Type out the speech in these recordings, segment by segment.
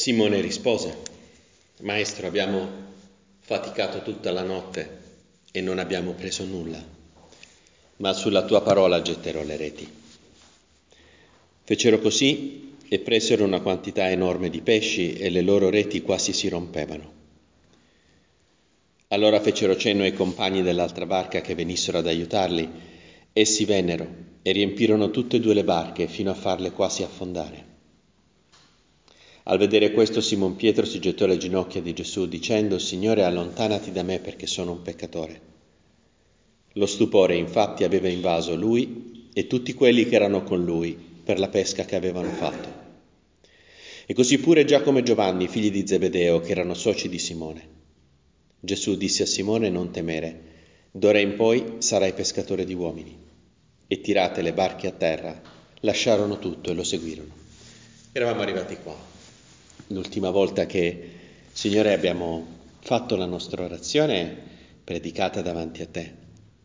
Simone rispose: Maestro, abbiamo faticato tutta la notte e non abbiamo preso nulla, ma sulla tua parola getterò le reti. Fecero così e presero una quantità enorme di pesci e le loro reti quasi si rompevano. Allora fecero cenno ai compagni dell'altra barca che venissero ad aiutarli. Essi vennero e riempirono tutte e due le barche fino a farle quasi affondare. Al vedere questo, Simon Pietro si gettò alle ginocchia di Gesù dicendo: Signore, allontanati da me perché sono un peccatore. Lo stupore infatti aveva invaso lui e tutti quelli che erano con lui per la pesca che avevano fatto. E così pure Giacomo e Giovanni, figli di Zebedeo, che erano soci di Simone. Gesù disse a Simone: non temere, d'ora in poi sarai pescatore di uomini. E tirate le barche a terra, lasciarono tutto e lo seguirono. Eravamo arrivati qua. L'ultima volta che, Signore, abbiamo fatto la nostra orazione predicata davanti a te.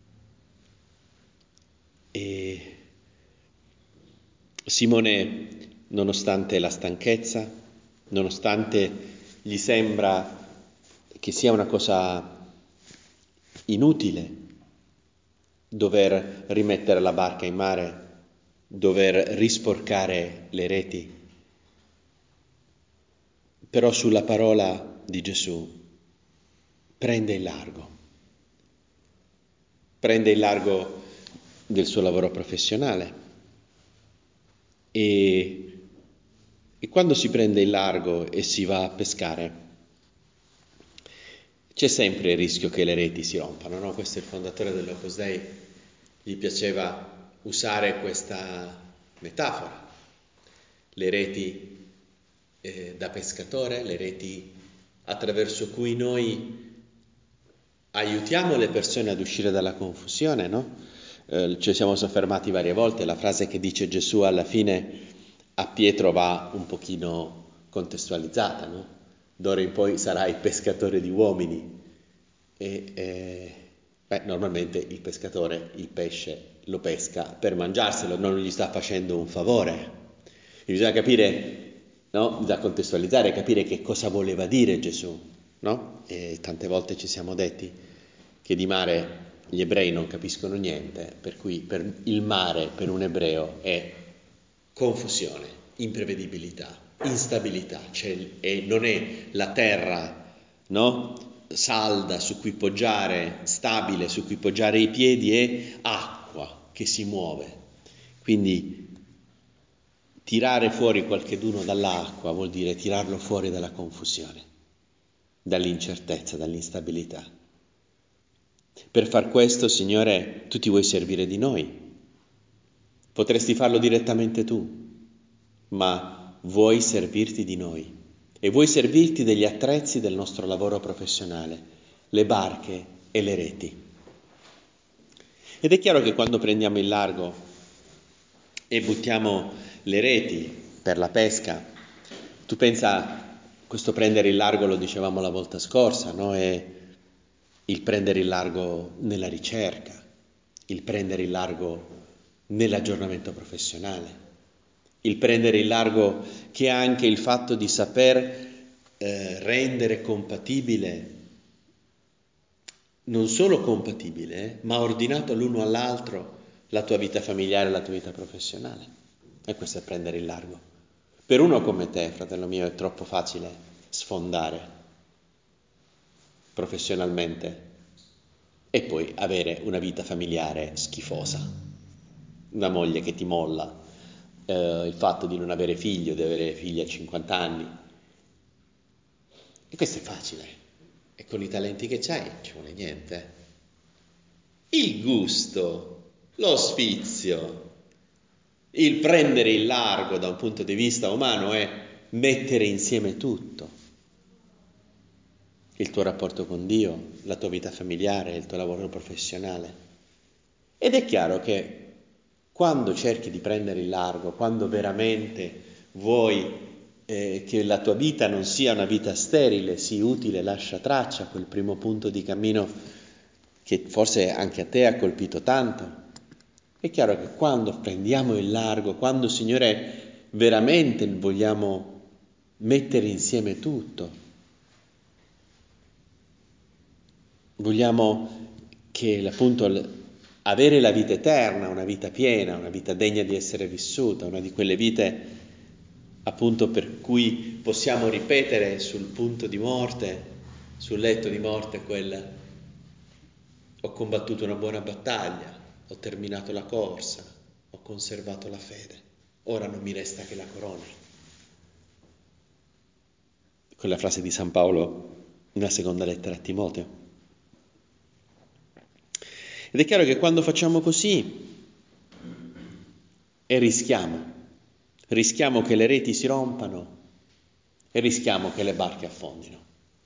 E Simone, nonostante la stanchezza, nonostante gli sembra che sia una cosa inutile dover rimettere la barca in mare, dover risporcare le reti, però sulla parola di Gesù prende il largo del suo lavoro professionale e quando si prende il largo e si va a pescare c'è sempre il rischio che le reti si rompano, no? Questo è il fondatore dell'Opus Dei, gli piaceva usare questa metafora, le reti da pescatore, le reti attraverso cui noi aiutiamo le persone ad uscire dalla confusione, no? Ci siamo soffermati varie volte, la frase che dice Gesù alla fine a Pietro va un pochino contestualizzata, no? D'ora in poi sarai pescatore di uomini. Normalmente il pescatore il pesce lo pesca per mangiarselo, non gli sta facendo un favore. E bisogna capire, no? Da contestualizzare, capire che cosa voleva dire Gesù, no? E tante volte ci siamo detti che di mare gli ebrei non capiscono niente, per cui il mare per un ebreo è confusione, imprevedibilità, instabilità, e non è la terra, no? Salda su cui poggiare, stabile su cui poggiare i piedi, è acqua che si muove. Quindi tirare fuori qualcheduno dall'acqua vuol dire tirarlo fuori dalla confusione, dall'incertezza, dall'instabilità. Per far questo, Signore, tu ti vuoi servire di noi. Potresti farlo direttamente tu, ma vuoi servirti di noi e vuoi servirti degli attrezzi del nostro lavoro professionale, le barche e le reti. Ed è chiaro che quando prendiamo il largo e buttiamo le reti per la pesca, tu pensa, questo prendere il largo lo dicevamo la volta scorsa, no? È il prendere il largo nella ricerca, il prendere il largo nell'aggiornamento professionale, il prendere il largo che è anche il fatto di saper rendere compatibile, non solo compatibile, ma ordinato l'uno all'altro la tua vita familiare e la tua vita professionale. E questo è prendere il largo. Per uno come te, fratello mio, è troppo facile sfondare professionalmente e poi avere una vita familiare schifosa, una moglie che ti molla, il fatto di non avere figlio, di avere figli a 50 anni. E questo è facile. E con i talenti che c'hai non ci vuole niente. Il gusto, lo sfizio, il prendere il largo da un punto di vista umano è mettere insieme tutto. Il tuo rapporto con Dio, la tua vita familiare, il tuo lavoro professionale. Ed è chiaro che quando cerchi di prendere il largo, quando veramente vuoi che la tua vita non sia una vita sterile, sii utile, lascia traccia, quel primo punto di cammino che forse anche a te ha colpito tanto, è chiaro che quando prendiamo il largo, quando, Signore, veramente vogliamo mettere insieme tutto. Vogliamo che appunto avere la vita eterna, una vita piena, una vita degna di essere vissuta, una di quelle vite appunto per cui possiamo ripetere sul punto di morte, sul letto di morte, quel ho combattuto una buona battaglia, ho terminato la corsa, ho conservato la fede, ora non mi resta che la corona. Quella frase di San Paolo nella seconda lettera a Timoteo. Ed è chiaro che quando facciamo così rischiamo che le reti si rompano e rischiamo che le barche affondino.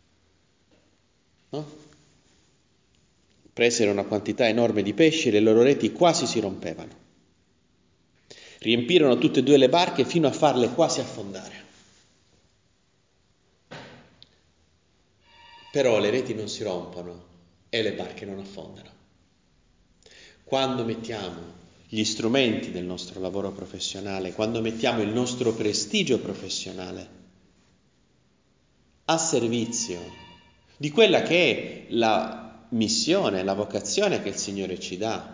No? Presero una quantità enorme di pesci e le loro reti quasi si rompevano. Riempirono tutte e due le barche fino a farle quasi affondare. Però le reti non si rompono e le barche non affondano. Quando mettiamo gli strumenti del nostro lavoro professionale, quando mettiamo il nostro prestigio professionale a servizio di quella che è la missione, la vocazione che il Signore ci dà,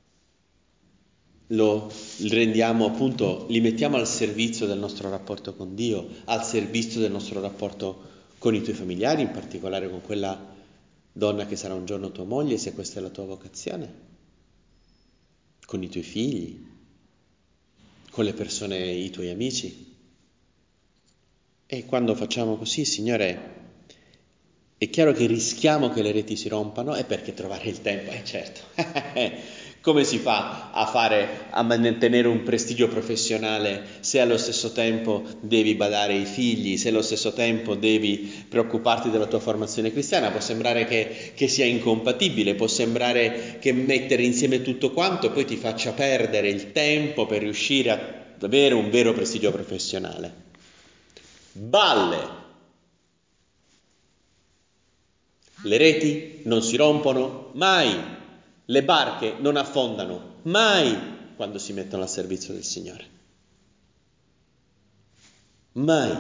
lo rendiamo appunto, li mettiamo al servizio del nostro rapporto con Dio, al servizio del nostro rapporto con i tuoi familiari, in particolare con quella donna che sarà un giorno tua moglie, se questa è la tua vocazione, con i tuoi figli, con le persone, i tuoi amici. E quando facciamo così, Signore, è chiaro che rischiamo che le reti si rompano, e perché trovare il tempo? Certo, come si fa a mantenere un prestigio professionale se allo stesso tempo devi badare ai figli, se allo stesso tempo devi preoccuparti della tua formazione cristiana? Può sembrare che sia incompatibile, può sembrare che mettere insieme tutto quanto poi ti faccia perdere il tempo per riuscire ad avere un vero prestigio professionale. Balle! Le reti non si rompono mai, le barche non affondano mai quando si mettono al servizio del Signore. Mai.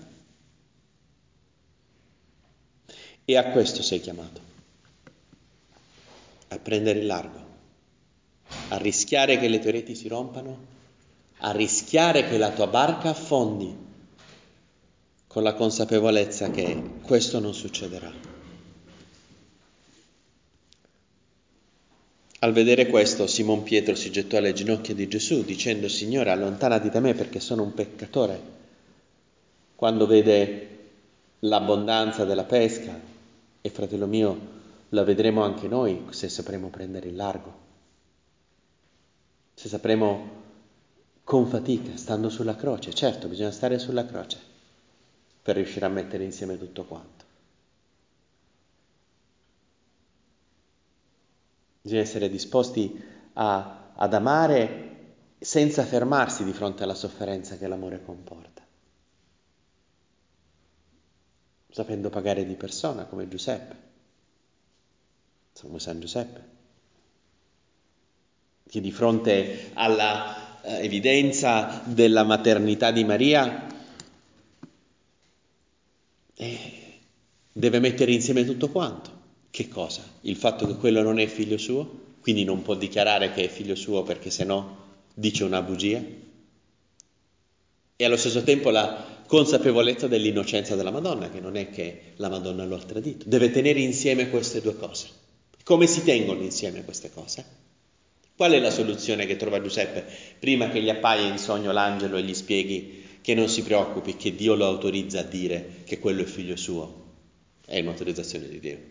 E a questo sei chiamato, a prendere il largo, a rischiare che le tue reti si rompano, a rischiare che la tua barca affondi, con la consapevolezza che questo non succederà. Al vedere questo, Simon Pietro si gettò alle ginocchia di Gesù dicendo: Signore, allontanati da me perché sono un peccatore. Quando vede l'abbondanza della pesca, e fratello mio, la vedremo anche noi se sapremo prendere il largo, se sapremo con fatica, stando sulla croce. Certo, bisogna stare sulla croce per riuscire a mettere insieme tutto quanto. Bisogna essere disposti ad amare senza fermarsi di fronte alla sofferenza che l'amore comporta, sapendo pagare di persona come Giuseppe, come San Giuseppe, che di fronte alla evidenza della maternità di Maria deve mettere insieme tutto quanto. Che cosa? Il fatto che quello non è figlio suo, quindi non può dichiarare che è figlio suo perché sennò dice una bugia, e allo stesso tempo la consapevolezza dell'innocenza della Madonna, che non è che la Madonna lo ha tradito. Deve tenere insieme queste due cose. Come si tengono insieme queste cose? Qual è la soluzione che trova Giuseppe prima che gli appaia in sogno l'angelo e gli spieghi che non si preoccupi, che Dio lo autorizza a dire che quello è figlio suo? È un'autorizzazione di Dio.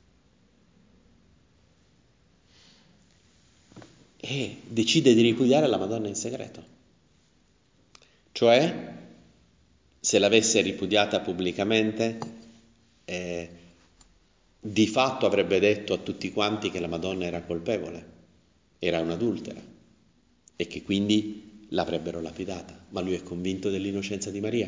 E decide di ripudiare la Madonna in segreto. Cioè, se l'avesse ripudiata pubblicamente, di fatto avrebbe detto a tutti quanti che la Madonna era colpevole, era un'adultera, e che quindi l'avrebbero lapidata. Ma lui è convinto dell'innocenza di Maria.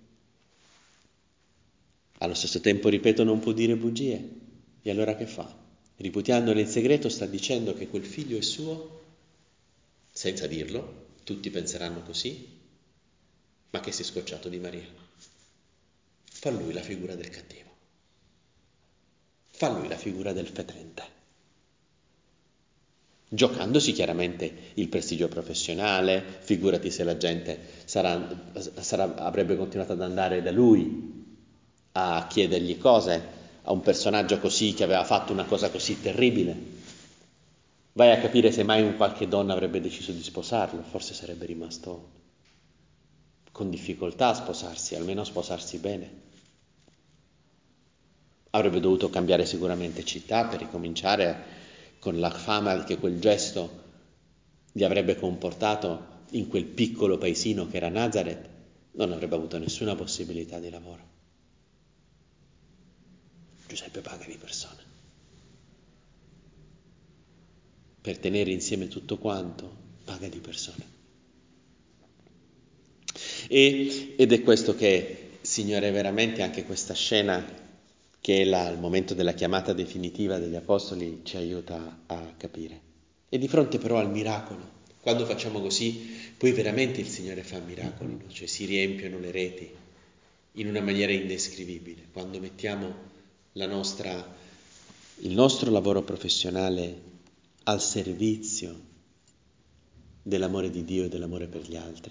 Allo stesso tempo, ripeto, non può dire bugie. E allora che fa? Ripudiandola in segreto sta dicendo che quel figlio è suo, senza dirlo, tutti penseranno così, ma che si è scocciato di Maria. fa lui la figura del cattivo, fa lui la figura del fetente, giocandosi chiaramente il prestigio professionale. Figurati se la gente avrebbe continuato ad andare da lui a chiedergli cose, a un personaggio così, che aveva fatto una cosa così terribile. Vai a capire se mai un qualche donna avrebbe deciso di sposarlo, forse sarebbe rimasto con difficoltà a sposarsi, almeno a sposarsi bene. Avrebbe dovuto cambiare sicuramente città per ricominciare, con la fama che quel gesto gli avrebbe comportato in quel piccolo paesino che era Nazareth. Non avrebbe avuto nessuna possibilità di lavoro. Giuseppe paga di persona. Per tenere insieme tutto quanto, paga di persona. Ed è questo che, Signore, veramente anche questa scena, che è il momento della chiamata definitiva degli apostoli, ci aiuta a capire. E di fronte però al miracolo, quando facciamo così, poi veramente il Signore fa miracoli, no? Cioè si riempiono le reti in una maniera indescrivibile. Quando mettiamo il nostro lavoro professionale al servizio dell'amore di Dio e dell'amore per gli altri.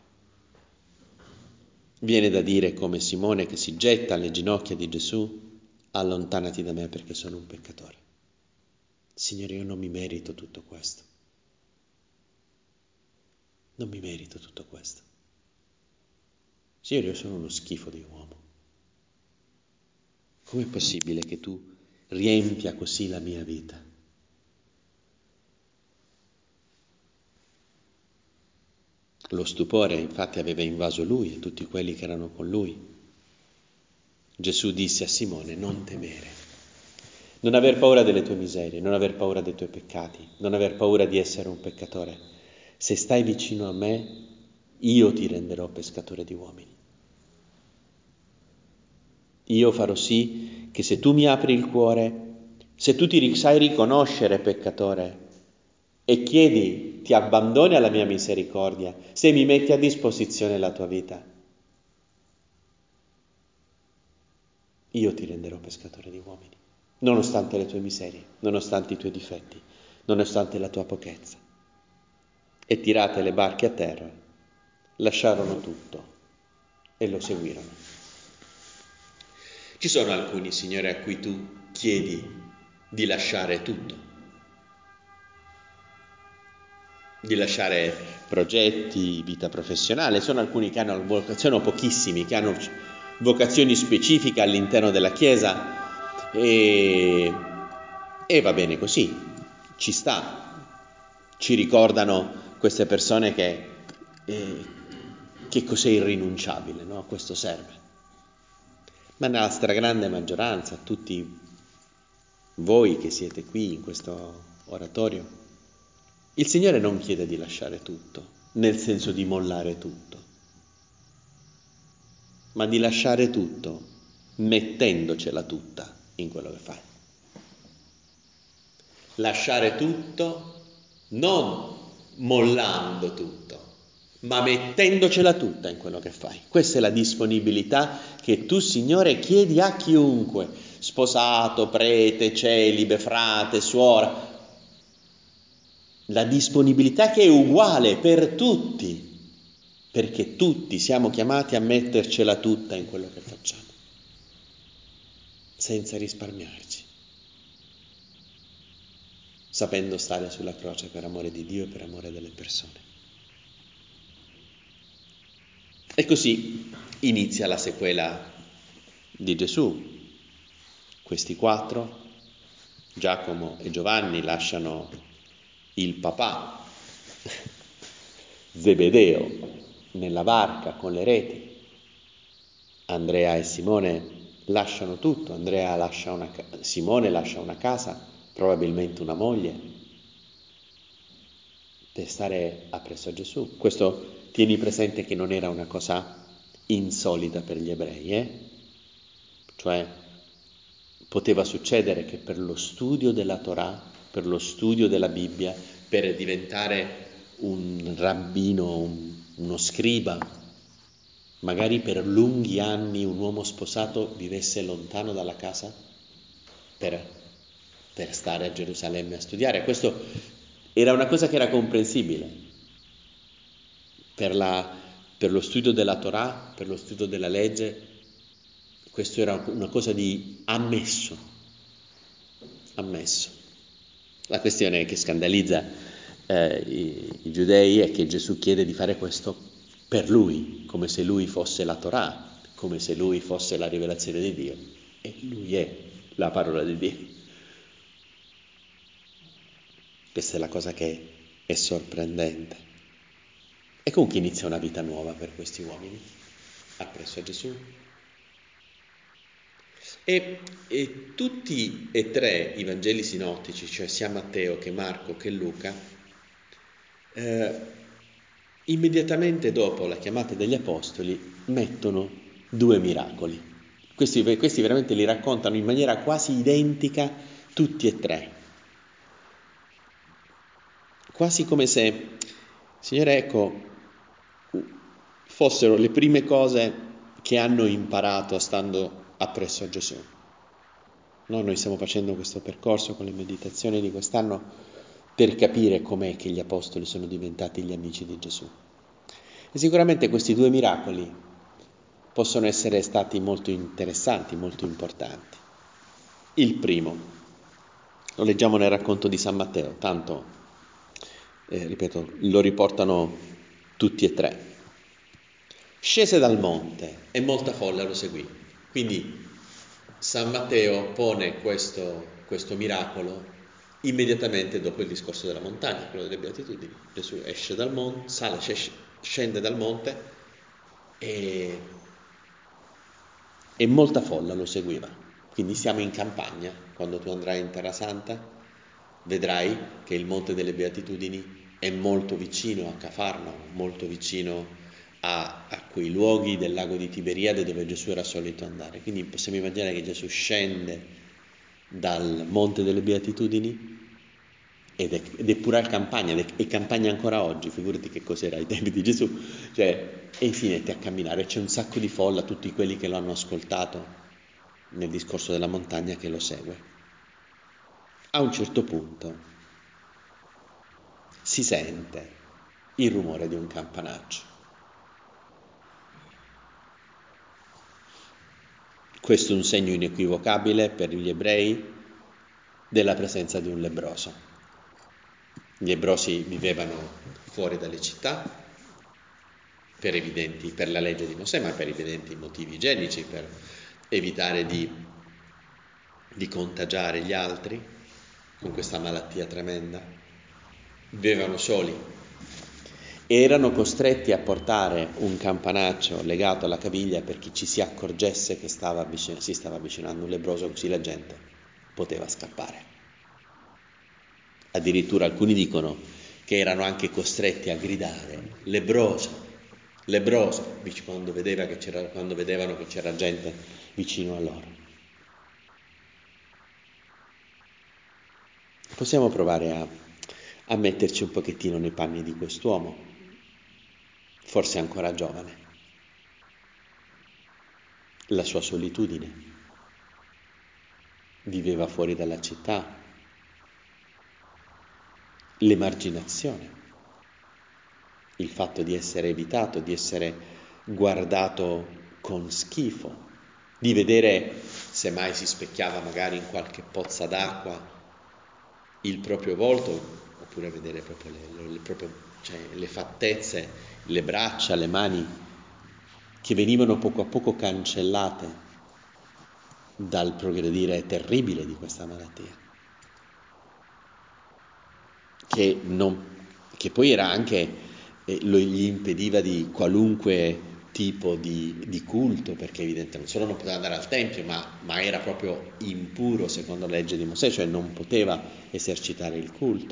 Viene da dire, come Simone che si getta alle ginocchia di Gesù: allontanati da me perché sono un peccatore. Signore, io non mi merito tutto questo. Non mi merito tutto questo. Signore, io sono uno schifo di uomo. Com'è possibile che tu riempia così la mia vita? Lo stupore infatti aveva invaso lui e tutti quelli che erano con lui. Gesù disse a Simone: non temere, non aver paura delle tue miserie, non aver paura dei tuoi peccati, non aver paura di essere un peccatore. Se stai vicino a me, io ti renderò pescatore di uomini. Io farò sì che se tu mi apri il cuore, se tu ti sai riconoscere peccatore e chiedi, ti abbandoni alla mia misericordia, se mi metti a disposizione la tua vita, io ti renderò pescatore di uomini, nonostante le tue miserie, nonostante i tuoi difetti, nonostante la tua pochezza. E tirate le barche a terra, lasciarono tutto e lo seguirono. Ci sono alcuni, Signore, a cui tu chiedi di lasciare tutto, di lasciare progetti, vita professionale. Sono alcuni che hanno vocazione, pochissimi, che hanno vocazioni specifiche all'interno della Chiesa e va bene così, ci sta. Ci ricordano queste persone che cos'è irrinunciabile, no? Questo serve. Ma nella stragrande maggioranza, tutti voi che siete qui in questo oratorio, il Signore non chiede di lasciare tutto, nel senso di mollare tutto, ma di lasciare tutto mettendocela tutta in quello che fai. Lasciare tutto, non mollando tutto, ma mettendocela tutta in quello che fai. Questa è la disponibilità che tu, Signore, chiedi a chiunque, sposato, prete, celibe, frate, suora. La disponibilità che è uguale per tutti, perché tutti siamo chiamati a mettercela tutta in quello che facciamo, senza risparmiarci, sapendo stare sulla croce per amore di Dio e per amore delle persone. E così inizia la sequela di Gesù. Questi 4, Giacomo e Giovanni, lasciano il papà Zebedeo nella barca con le reti. Andrea e Simone lasciano tutto. Simone lascia una casa, probabilmente una moglie, per stare appresso a Gesù. Questo tieni presente che non era una cosa insolita per gli ebrei, Cioè poteva succedere che per lo studio della Torah, per lo studio della Bibbia, per diventare un rabbino, uno scriba, magari per lunghi anni un uomo sposato vivesse lontano dalla casa per stare a Gerusalemme a studiare. Questo era una cosa che era comprensibile per lo studio della Torah, per lo studio della legge. Questo era una cosa di ammesso. La questione che scandalizza i giudei è che Gesù chiede di fare questo per lui, come se lui fosse la Torah, come se lui fosse la rivelazione di Dio, e lui è la parola di Dio. Questa è la cosa che è sorprendente. E comunque inizia una vita nuova per questi uomini, appresso a Gesù. E tutti e tre i Vangeli sinottici, cioè sia Matteo che Marco che Luca, immediatamente dopo la chiamata degli Apostoli mettono 2 miracoli. Questi veramente li raccontano in maniera quasi identica tutti e tre. Quasi come se, Signore, ecco, fossero le prime cose che hanno imparato stando appresso a Gesù. No, noi stiamo facendo questo percorso con le meditazioni di quest'anno per capire com'è che gli Apostoli sono diventati gli amici di Gesù. E sicuramente questi 2 miracoli possono essere stati molto interessanti, molto importanti. Il primo, lo leggiamo nel racconto di San Matteo, tanto ripeto, lo riportano tutti e tre. Scese dal monte e molta folla lo seguì. Quindi San Matteo pone questo miracolo immediatamente dopo il discorso della montagna, quello delle beatitudini. Gesù esce dal monte, scende dal monte e molta folla lo seguiva. Quindi siamo in campagna. Quando tu andrai in Terra Santa vedrai che il Monte delle Beatitudini è molto vicino a Cafarnao, molto vicino a quei luoghi del lago di Tiberiade dove Gesù era solito andare. Quindi possiamo immaginare che Gesù scende dal Monte delle Beatitudini ed è pura campagna, è campagna ancora oggi, figurati che cos'era ai tempi di Gesù, e infine a camminare, c'è un sacco di folla, tutti quelli che lo hanno ascoltato nel discorso della montagna che lo segue. A un certo punto si sente il rumore di un campanaggio. Questo è un segno inequivocabile per gli ebrei della presenza di un lebbroso. Gli lebbrosi vivevano fuori dalle città per la legge di Mosè, ma per evidenti motivi igienici, per evitare di contagiare gli altri con questa malattia tremenda. Vivevano soli. Erano costretti a portare un campanaccio legato alla caviglia perché ci si accorgesse che si stava avvicinando un lebbroso, così la gente poteva scappare. Addirittura alcuni dicono che erano anche costretti a gridare lebbroso, lebbroso, quando vedevano che c'era gente vicino a loro. Possiamo provare a metterci un pochettino nei panni di quest'uomo, forse ancora giovane. La sua solitudine, viveva fuori dalla città, l'emarginazione, il fatto di essere evitato, di essere guardato con schifo, di vedere, se mai si specchiava magari in qualche pozza d'acqua, il proprio volto, oppure vedere proprio le fattezze, le braccia, le mani, che venivano poco a poco cancellate dal progredire terribile di questa malattia, che poi era anche gli impediva di qualunque tipo di culto, perché evidentemente non solo non poteva andare al tempio, ma era proprio impuro secondo la legge di Mosè, cioè non poteva esercitare il culto.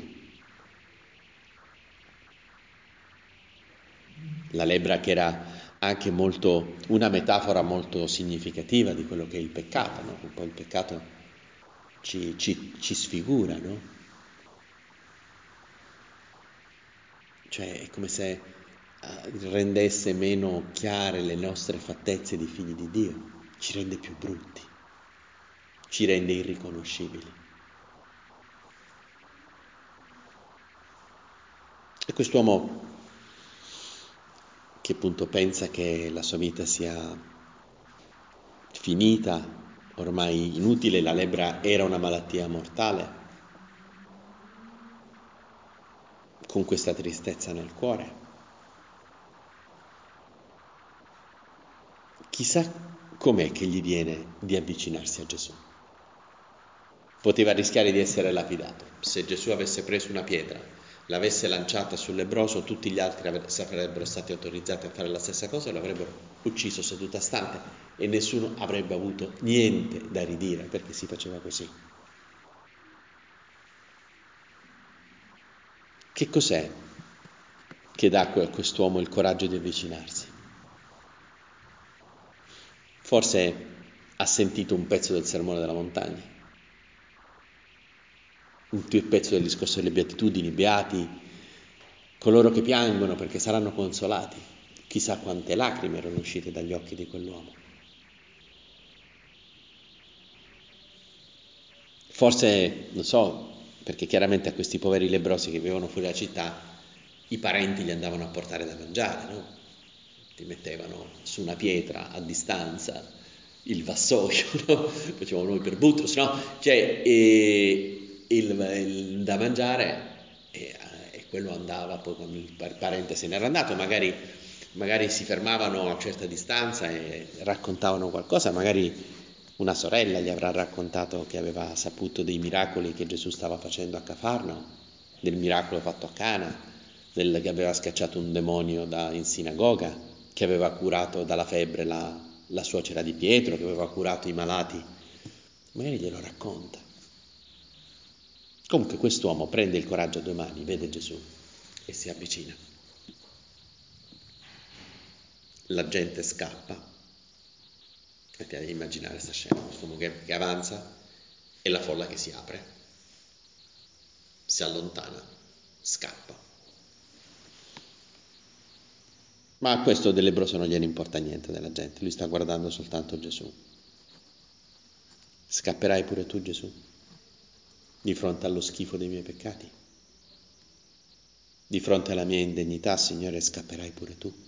La lebbra che era anche una metafora molto significativa di quello che è il peccato, no? Un po' il peccato ci sfigura, no? Cioè è come se rendesse meno chiare le nostre fattezze di figli di Dio, ci rende più brutti, ci rende irriconoscibili. E quest'uomo che appunto pensa che la sua vita sia finita, ormai inutile, la lebbra era una malattia mortale, con questa tristezza nel cuore. Chissà com'è che gli viene di avvicinarsi a Gesù. Poteva rischiare di essere lapidato. Se Gesù avesse preso una pietra, l'avesse lanciata sul lebbroso, tutti gli altri sarebbero stati autorizzati a fare la stessa cosa e lo avrebbero ucciso seduta stante e nessuno avrebbe avuto niente da ridire perché si faceva così. Che cos'è che dà a quest'uomo il coraggio di avvicinarsi? Forse ha sentito un pezzo del Sermone della Montagna, un pezzo del discorso delle beatitudini, beati coloro che piangono perché saranno consolati. Chissà quante lacrime erano uscite dagli occhi di quell'uomo. Forse, non so, perché chiaramente a questi poveri lebbrosi che vivevano fuori dalla città, i parenti li andavano a portare da mangiare, no? Ti mettevano su una pietra a distanza il vassoio, no? Facevamo noi per Butros, no? Cioè, il da mangiare e quello andava poi quando il parente se n'era andato, magari si fermavano a una certa distanza e raccontavano qualcosa, magari una sorella gli avrà raccontato che aveva saputo dei miracoli che Gesù stava facendo a Cafarno, del miracolo fatto a Cana, che aveva scacciato un demonio in sinagoga, che aveva curato dalla febbre la suocera di Pietro, che aveva curato i malati. Magari glielo racconta. Comunque quest'uomo prende il coraggio a due mani, vede Gesù e si avvicina. La gente scappa. Metti ad immaginare questa scena, quest'uomo che avanza e la folla che si apre, si allontana, scappa. Ma a questo del lebbroso non gliene importa niente della gente, lui sta guardando soltanto Gesù. Scapperai pure tu, Gesù, di fronte allo schifo dei miei peccati? Di fronte alla mia indegnità, Signore, scapperai pure tu?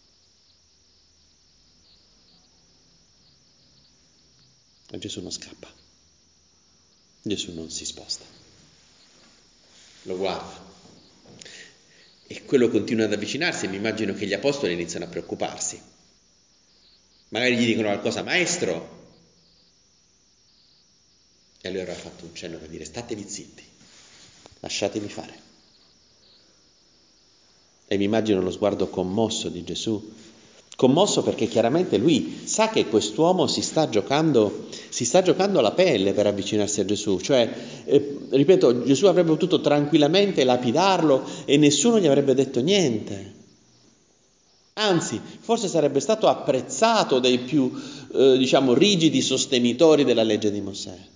Ma Gesù non scappa. Gesù non si sposta. Lo guarda. E quello continua ad avvicinarsi e mi immagino che gli apostoli iniziano a preoccuparsi. Magari gli dicono qualcosa, maestro. E lui avrà fatto un cenno per dire, statevi zitti, lasciatemi fare. E mi immagino lo sguardo commosso di Gesù, commosso perché chiaramente lui sa che quest'uomo si sta giocando la pelle per avvicinarsi a Gesù, cioè, ripeto, Gesù avrebbe potuto tranquillamente lapidarlo e nessuno gli avrebbe detto niente. Anzi, forse sarebbe stato apprezzato dai più, rigidi sostenitori della legge di Mosè.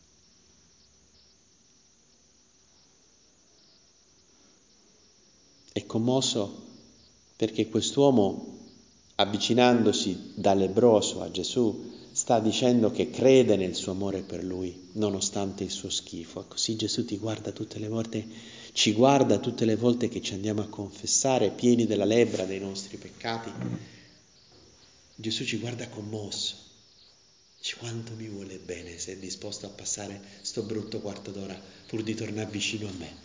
È commosso perché quest'uomo, avvicinandosi da lebbroso a Gesù, sta dicendo che crede nel suo amore per lui, nonostante il suo schifo. Così Gesù ti guarda tutte le volte, ci guarda tutte le volte che ci andiamo a confessare, pieni della lebbra dei nostri peccati. Gesù ci guarda commosso. Dice, quanto mi vuole bene se è disposto a passare sto brutto quarto d'ora pur di tornare vicino a me.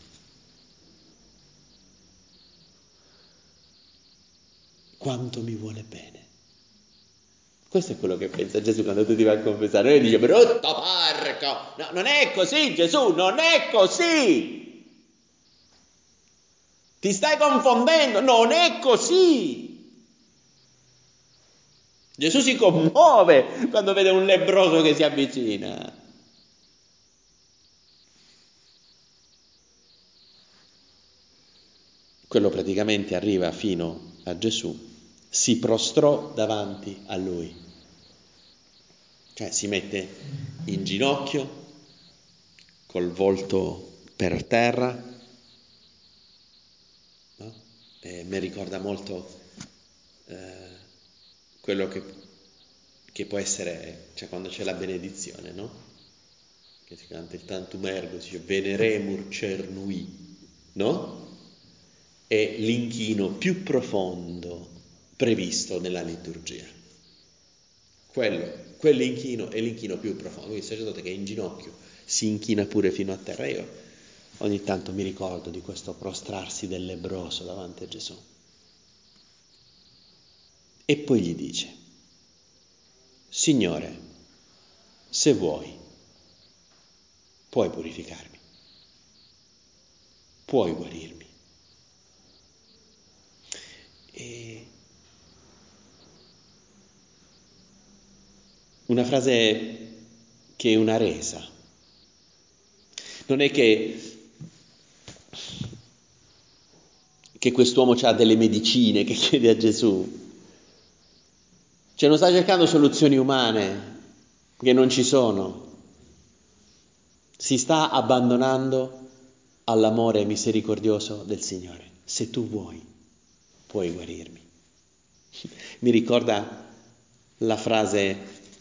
Quanto mi vuole bene. Questo è quello che pensa Gesù quando tu ti vai a confessare. Lui dice, brutto porco! No, non è così, Gesù, non è così! Ti stai confondendo, non è così! Gesù si commuove quando vede un lebbroso che si avvicina. Quello praticamente arriva fino a Gesù, si prostrò davanti a lui. Cioè si mette in ginocchio, col volto per terra, no? mi ricorda molto quello che può essere, cioè quando c'è la benedizione, no? Che si canta il Tantum Ergo, si dice Veneremur Cernui, no? È l'inchino più profondo previsto nella liturgia. Quell'inchino è l'inchino più profondo. Quindi il sacerdote che è in ginocchio si inchina pure fino a terra. Io ogni tanto mi ricordo di questo prostrarsi del lebbroso davanti a Gesù. E poi gli dice: Signore, se vuoi, puoi purificarmi, puoi guarirmi. E una frase che è una resa. Non è che quest'uomo ha delle medicine che chiede a Gesù. Cioè non sta cercando soluzioni umane che non ci sono. Si sta abbandonando all'amore misericordioso del Signore. Se tu vuoi, puoi guarirmi. Mi ricorda la frase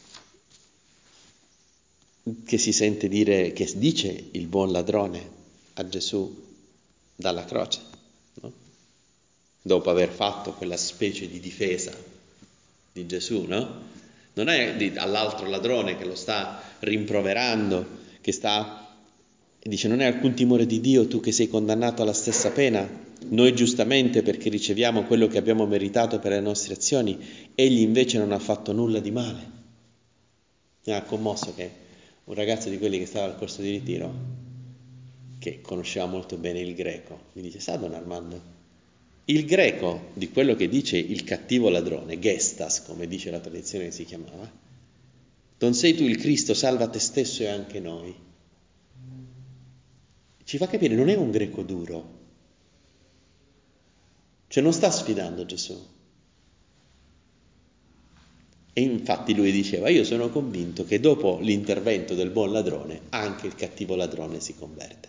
che si sente dire, che dice il buon ladrone a Gesù dalla croce, no? Dopo aver fatto quella specie di difesa di Gesù, no? Non è all'altro ladrone che lo sta rimproverando, che dice: non hai alcun timore di Dio, tu che sei condannato alla stessa pena, noi giustamente perché riceviamo quello che abbiamo meritato per le nostre azioni, egli invece non ha fatto nulla di male. Mi ha commosso che un ragazzo di quelli che stava al corso di ritiro, che conosceva molto bene il greco, mi dice: sa Don Armando, il greco di quello che dice il cattivo ladrone, gestas, come dice la tradizione che si chiamava, non sei tu il Cristo, salva te stesso e anche noi. Ci fa capire, non è un greco duro, cioè non sta sfidando Gesù. E infatti lui diceva: io sono convinto che dopo l'intervento del buon ladrone anche il cattivo ladrone si converte.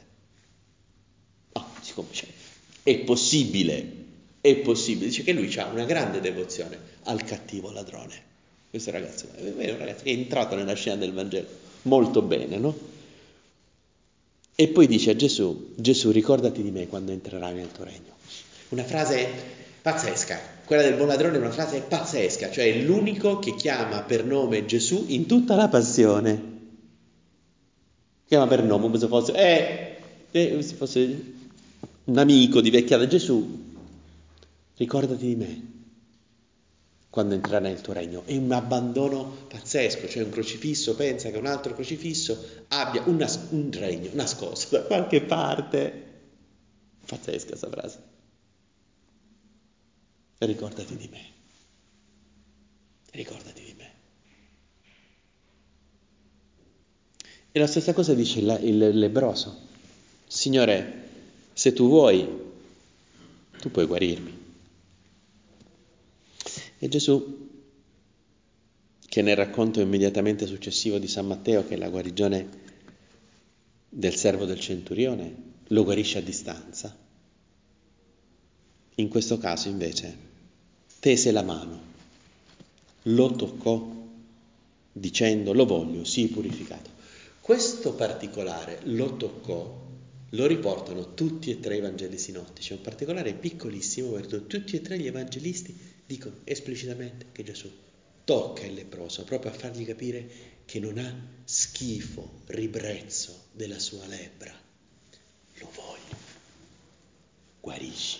È possibile, dice che lui ha una grande devozione al cattivo ladrone. Questo ragazzo è un ragazzo che è entrato nella scena del Vangelo molto bene, no? E poi dice a Gesù: Gesù, ricordati di me quando entrerai nel tuo regno. Una frase pazzesca, quella del buon ladrone è una frase pazzesca, cioè è l'unico che chiama per nome Gesù in tutta la passione. Chiama per nome, come se fosse un amico di vecchiaia. Gesù, ricordati di me quando entrerai nel tuo regno. È un abbandono pazzesco, cioè un crocifisso pensa che un altro crocifisso abbia un regno nascosto da qualche parte. Pazzesca questa frase. Ricordati di me. Ricordati di me. E la stessa cosa dice il lebbroso. Signore, se tu vuoi, tu puoi guarirmi. E Gesù, che nel racconto immediatamente successivo di San Matteo, che è la guarigione del servo del centurione, lo guarisce a distanza. In questo caso invece tese la mano, lo toccò dicendo: lo voglio, sii purificato. Questo particolare, lo toccò, lo riportano tutti e tre i Vangeli sinottici. È un particolare piccolissimo, perché tutti e tre gli evangelisti dicono esplicitamente che Gesù tocca il lebbroso, proprio a fargli capire che non ha schifo, ribrezzo della sua lebbra. Lo voglio, guarisci.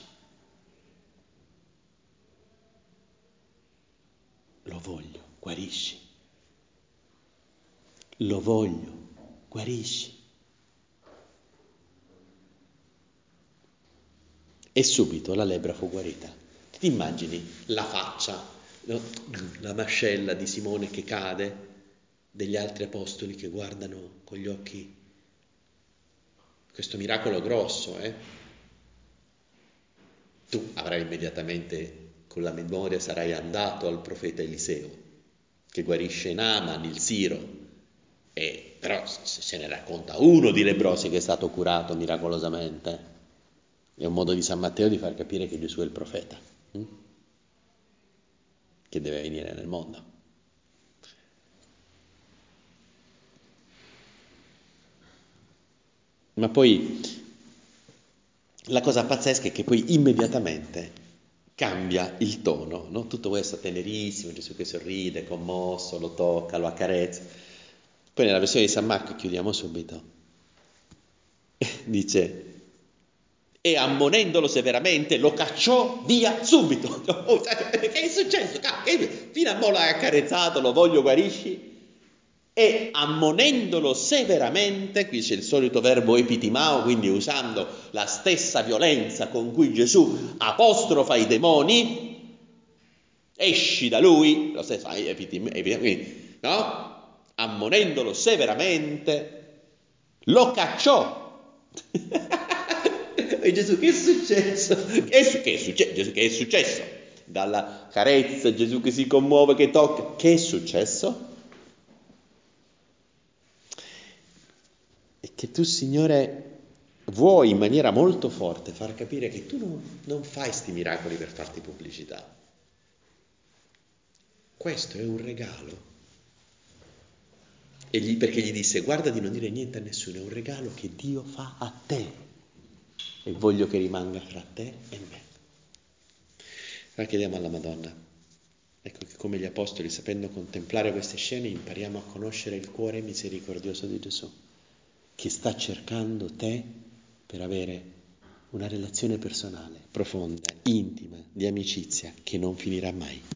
Lo voglio, guarisci. Lo voglio, guarisci. E subito la lebbra fu guarita. Ti immagini la faccia, no? La mascella di Simone che cade, degli altri apostoli che guardano con gli occhi questo miracolo grosso, Tu avrai immediatamente, con la memoria, sarai andato al profeta Eliseo, che guarisce Naaman, il Siro, però se ne racconta uno di lebbrosi che è stato curato miracolosamente. È un modo di San Matteo di far capire che Gesù è il profeta, che deve venire nel mondo. Ma poi la cosa pazzesca è che poi immediatamente cambia il tono, no? Tutto questo tenerissimo, Gesù che sorride, commosso, lo tocca, lo accarezza. Poi nella versione di San Marco, chiudiamo subito, dice, e ammonendolo severamente lo cacciò via subito. Che è successo? Fino a mo' l'hai accarezzato, lo voglio guarisci. E ammonendolo severamente, qui c'è il solito verbo epitimao, quindi usando la stessa violenza con cui Gesù apostrofa i demoni, esci da lui, lo stesso, no? Ammonendolo severamente, lo cacciò. E Gesù, che è successo? Gesù, che è successo? Dalla carezza, Gesù che si commuove, che tocca, che è successo? E che tu, Signore, vuoi in maniera molto forte far capire che tu non fai sti miracoli per farti pubblicità. Questo è un regalo. Perché gli disse, guarda di non dire niente a nessuno, è un regalo che Dio fa a te e voglio che rimanga fra te e me. Allora chiediamo alla Madonna, ecco che come gli Apostoli, sapendo contemplare queste scene, impariamo a conoscere il cuore misericordioso di Gesù, che sta cercando te per avere una relazione personale, profonda, intima, di amicizia, che non finirà mai.